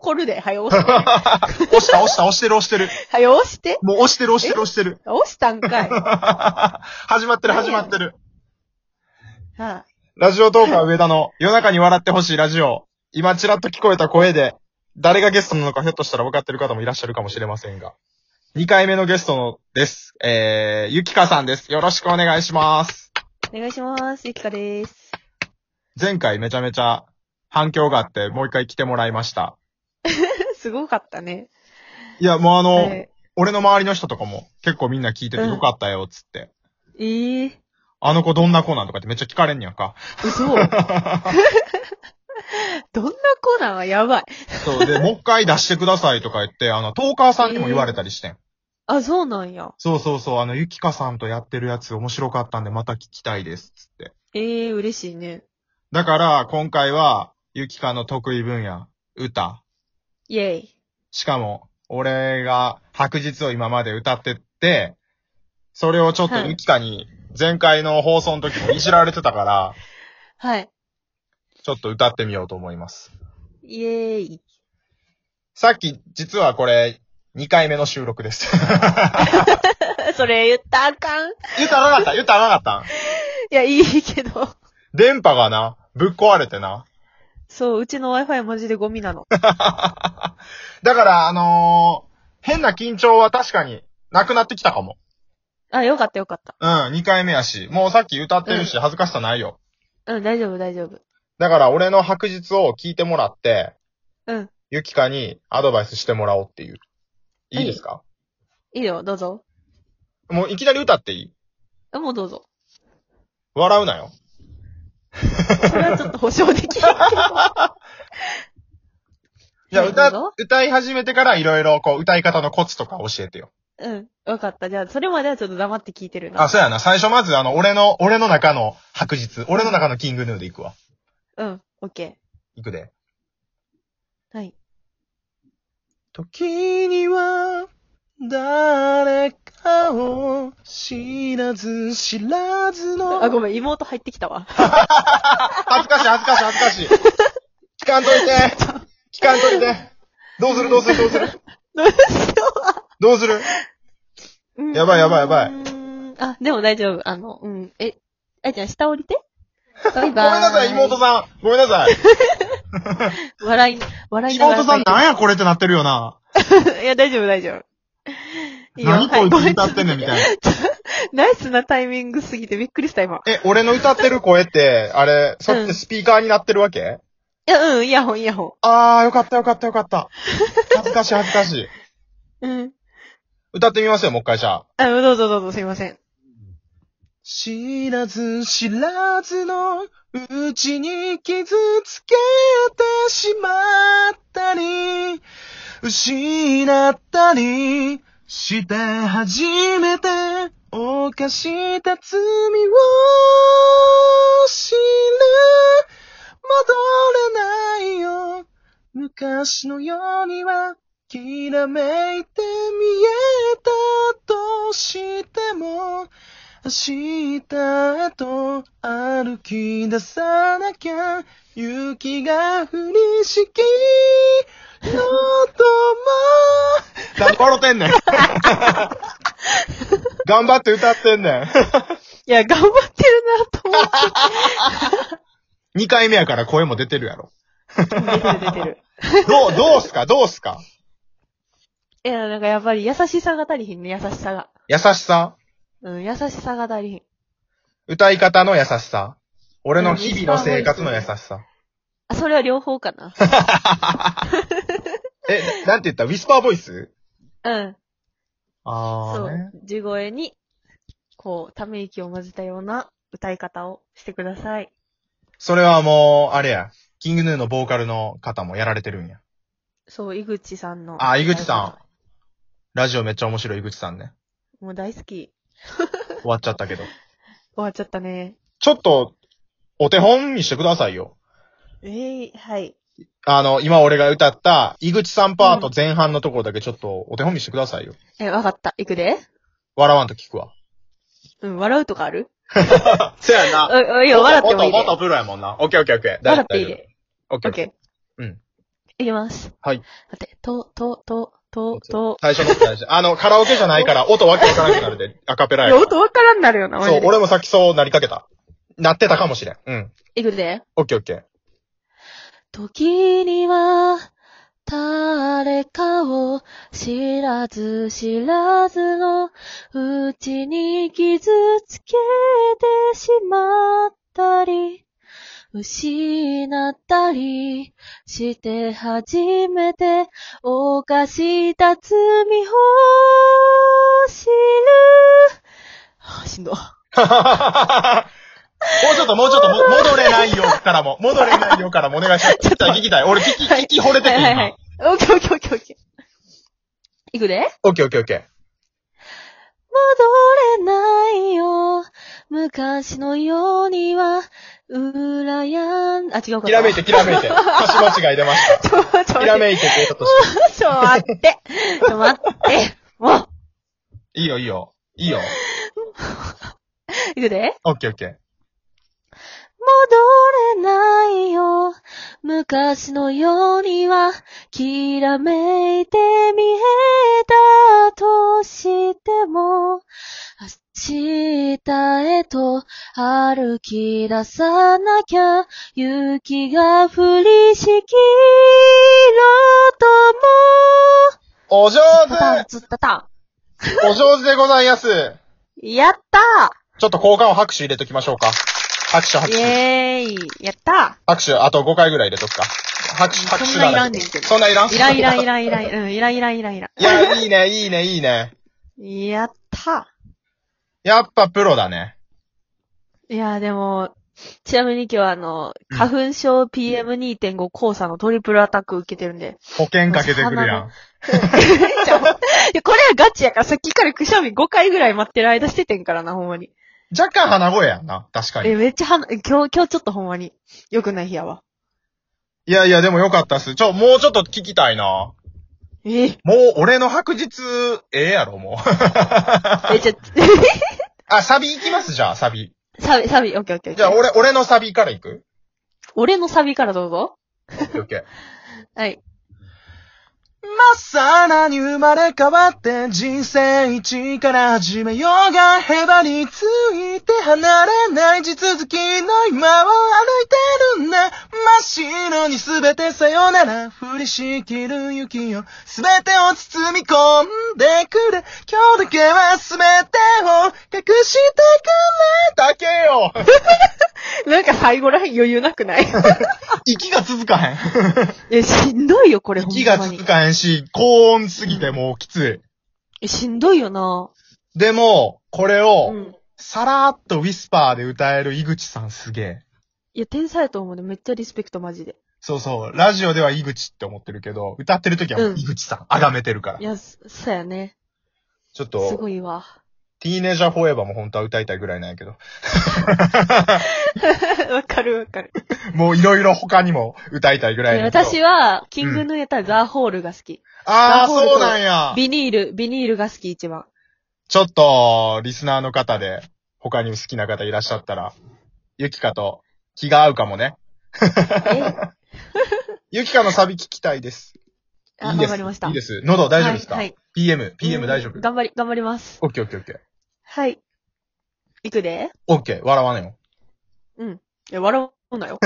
怒るで。はよ押して。 押してる。 はよ押して。 もう押してる。 押したんかい。 始まってる。 はい。 ラジオトーカー上田の夜中に笑ってほしいラジオ。今ちらっと聞こえた声で、誰がゲストなのかひょっとしたら分かってる方もいらっしゃるかもしれませんが。2回目のゲストのです。ゆきかさんです。よろしくお願いします。 お願いします。ゆきかです。 前回めちゃめちゃ反響があってもう一回来てもらいました。 すごかったね。 いや、もう俺の周りの人とかも結構みんな聞いててよかったよ、つって。あの子どんな子なんとかってめっちゃ聞かれんねやんか。 嘘。どんな子なんはやばい。 そうで、もう一回出してくださいとか言って、トーカーさんにも言われたりしてん。 あ、そうなんや。 そう、ゆきかさんとやってるやつ面白かったんでまた聞きたいです、つって。 嬉しいね。 だから、今回は、ゆきかの得意分野、歌。 イェイ。 しかも、俺が白日を今まで歌ってって、それをちょっとゆきかに、前回の放送の時もいじられてたから、 はい。 ちょっと歌ってみようと思います。 イェーイ。 さっき、実はこれ、2回目の収録です。 それ言ったらあかん。 言ったらなかったいや、いいけど。 電波がな、ぶっ壊れてな。 そう、うちの Wi-Fi マジでゴミなの。 だから、変な緊張は確かになくなってきたかも。 あ、よかった。 うん、2回目やし、もうさっき歌ってるし、恥ずかしさないよ。 うん、大丈夫。 だから、俺の白日を聞いてもらって、 うん。 ゆきかにアドバイスしてもらおうっていう。いいですか？ いいよ、どうぞ。 もういきなり歌っていい？ もうどうぞ。 笑うなよ。 それはちょっと保証できないけど。 じゃあ歌い始めてからいろいろこう歌い方のコツとか教えてよ。 うん。わかった。じゃあ、それまではちょっと黙って聞いてるな。 あ、そうやな。最初まず俺の中の白日、俺の中のキングヌーで行くわ。 うん、オッケー。 行くで。 はい。 時には、誰かを知らずの。 あ、ごめん、妹入ってきたわ。 恥ずかしい。聞かんといて。どうするやばい。 あ、でも大丈夫。あいちゃん下降りて。バイバイ。 ごめんなさい、妹さん。ごめんなさい。 笑いながら。 妹さんなんやこれってなってるよな。 いや、大丈夫。いいよ。 何こいつ歌ってんねんみたいな。 ナイスなタイミングすぎてびっくりした今。 俺の歌ってる声って、あれ、そってスピーカーになってるわけ？ いや、イヤホン。 あー、よかった。恥ずかしい。 うん。 歌ってみますよ、もう一回じゃあ。 どうぞ、すいません。 知らずのうちに傷つけてしまったり、失ったりして初めて犯した罪を知る。戻れないよ。昔のようにはきらめいて見えたとしても、明日へと歩き出さなきゃ、雪が降りしきのとも。何笑ってんねん。頑張って歌ってんねん。 いや、頑張ってるなと思って。 2回目やから声も出てるやろ。 出てる。 どうすかいや、なんかやっぱり優しさが足りひんね、優しさが。 優しさ？ うん、優しさが足りひん。 歌い方の優しさ？俺の日々の生活の優しさ？ あ、それは両方かな。 なんて言った？ウィスパーボイス？ うん。 そう。 地声に、こう、ため息を混ぜたような歌い方をしてください。 それはもう、あれや。キングヌーのボーカルの方もやられてるんや。 そう、井口さんの。 井口さん。ラジオめっちゃ面白い井口さんね。 もう大好き。 終わっちゃったけど。 終わっちゃったね。 ちょっと、お手本にしてくださいよ。 はい。 今俺が歌った、井口さんパート前半のところだけちょっとお手本にしてくださいよ。 わかった。いくで。 笑わんと聞くわ。 うん、笑うとかある？ せやな。 いや、笑ってもいいで。 元プロやもんな。オッケー。 笑っていいで。 オッケー。 うん。 いきます。 はい。 待って、と。 最初の最初。カラオケじゃないから、音わけわからなくなるで、アカペラいや、 やから。 音わからんなるよな、マジそう、 で。 俺もさっきそうなりかけた。なってたかもしれん。うん。 いくで。 オッケーオッケー。 時には、誰かを知らず知らずのうちに傷つけてしまったり、失ったりして初めて犯した罪を知る。しんど。 もうちょっと、戻れないよからもお願いします。ちょっと聞きたい。俺聞き惚れてて今。 はい。オッケーオッケーオッケーオッケー。いくで？ オッケーオッケーオッケー。 戻れないよ。昔のようには、違うか。 きらめいて。歌詞間違い出ました。きらめいてって言ったとして。 ちょ、待って。もう。 いいよ。 いくで？ オッケーオッケー。 戻れないよ。昔のようには、きらめいて見えたとしても、明日へと歩き出さなきゃ、雪が降りしきろとも。 お上つったた。 お上手でございます。 やったちょっと効果音拍手入れときましょうか。拍手。 イェーイ。やった拍手、あと5回ぐらい入れとくか。拍手そんないらんねんけど。 そんないらん。 いらん。いや、 いいね。 やった。 やっぱプロだね。 いや、でも、ちなみに今日は花粉症 PM2.5 黄砂のトリプルアタック受けてるんで。 保険かけてくるやん。 これはガチやから、さっきからくしゃみ5回ぐらい待ってる間しててんからな、ほんまに。 若干鼻声やんな、確かに。 めっちゃ今日ちょっとほんまに、良くない日やわ。 いや、でもよかったっす。もうちょっと聞きたいな。もう、俺の白日、やろ、もう。サビ行きますじゃあ、サビ。 サビ、オッケー。 じゃあ、俺のサビから行く？ 俺のサビからどうぞ。 オッケー。 はい。 まっさらに生まれ変わって人生一から始めようがへばりついて離れない地続きの今を歩いてるんだ。真っ白にすべてさよなら降りしきる雪よすべてを包み込んでくれ今日だけはすべてを隠してくれだけよなんか最後らへん余裕なくない？ 息が続かへん。 しんどいよ、これほんまに。 息が続かへんし、高音すぎてもうきつい。しんどいよな。 でも、これを、さらーっとウィスパーで歌える井口さんすげえ。 いや、天才やと思うね。めっちゃリスペクトマジで。 そう。ラジオでは井口って思ってるけど、歌ってる時は井口さん、崇めてるから。 いや、そうやね。 ちょっと、 すごいわ。 ティーネージャーフォーエバーも本当は歌いたいぐらいなんやけど。 わかる。 もういろいろ他にも歌いたいぐらいなんやけど。 私は、キングヌエタザ・ホールが好き。 そうなんや。 ビニールが好き一番。 ちょっと、リスナーの方で、他に好きな方いらっしゃったら、ゆきかと気が合うかもね。ゆきかのサビ聞きたいです。いいです。 わかりました。 いいです。喉大丈夫ですか？ はい。 PM 大丈夫？ 頑張ります。 オッケー。 はい。いくで？ オッケー。笑わねよ。いや、笑うなよ。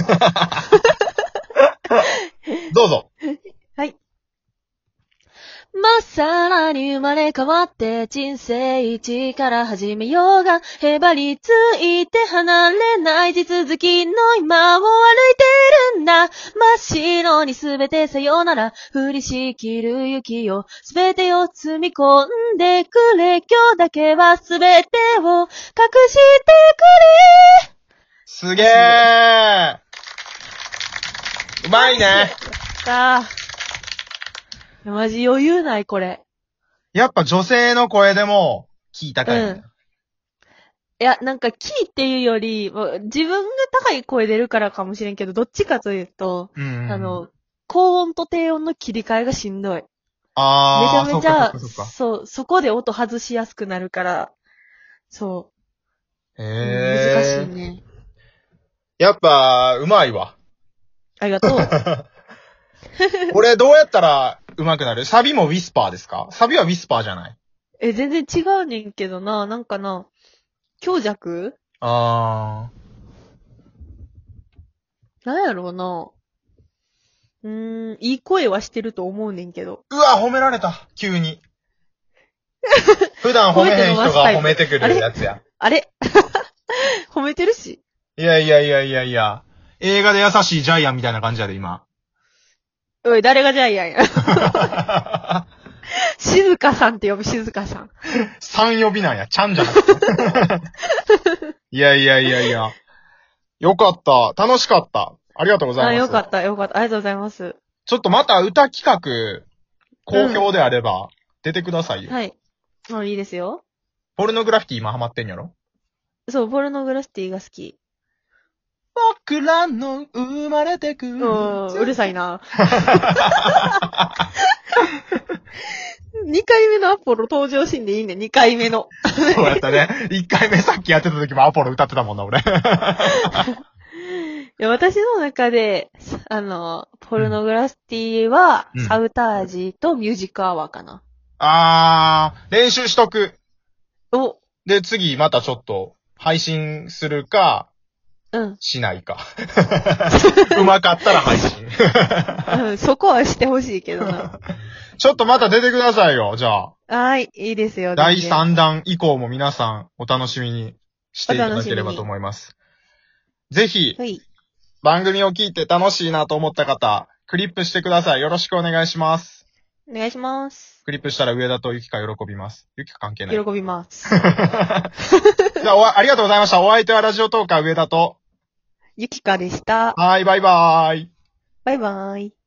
どうぞ。 はい。まっさらに生まれ変わって人生一から始めようがへばりついて離れない地続きの今を歩いてるんだ。真っ白にすべてさよなら降りしきる雪をすべてを積み込んでくれ今日だけはすべてを隠してくれ。 すげー。うまいね。 マジ余裕ないこれ。 やっぱ女性の声でも聞いたかい、 いや、なんかキーっていうより、自分が高い声出るからかもしれんけど、どっちかというと、高音と低音の切り替えがしんどい。めちゃめちゃ、そこで音外しやすくなるから、難しいね。 やっぱ、うまいわ。 ありがとう。 俺どうやったら上手くなる？サビもウィスパーですか？サビはウィスパーじゃない？ 全然違うねんけどな、なんかな、強弱あなんやろうな。いい声はしてると思うねんけど。 ー。うわ、褒められた。急に。普段褒めへん人が褒めてくるやつや。 あれ褒めてるし。 いやいやいやいやいや。映画で優しいジャイアンみたいな感じやで、今。 おい、誰がジャイアンや。静香さんって呼ぶ、静香さん。 3呼びなんや。ちゃんじゃなくて。いやいやいやいや。よかった。楽しかった。ありがとうございます。 よかった、よかった。ありがとうございます。 ちょっとまた歌企画、好評であれば、出てくださいよ。 はい。いいですよ。 ポルノグラフィティ今ハマってんやろ？ そう、ポルノグラフィティが好き。 僕らの生まれてくる。 うるさいな。2回目のアポロ登場シーンでいいね、2回目の。 そうやったね。1回目さっきやってた時もアポロ歌ってたもんな、俺。 いや、私の中で、ポルノグラフィティは、サウタージとミュージックアワーかな。 練習しとく。 お。 で、次またちょっと、配信するか、しないか。うまかったら配信。 そこはしてほしいけどな。 ちょっとまた出てくださいよ、じゃあ。 はい、いいですよ。 第3弾以降も皆さんお楽しみにしていただければと思います。ぜひ、番組を聞いて楽しいなと思った方、クリップしてください。よろしくお願いします。 お願いします。 クリップしたら上田とゆきか喜びます。ゆきか関係ない。 喜びます。 じゃあ、ありがとうございました。お相手はラジオトーカー上田と、 ゆきかでした。 はい、バイバーイ。 バイバーイ。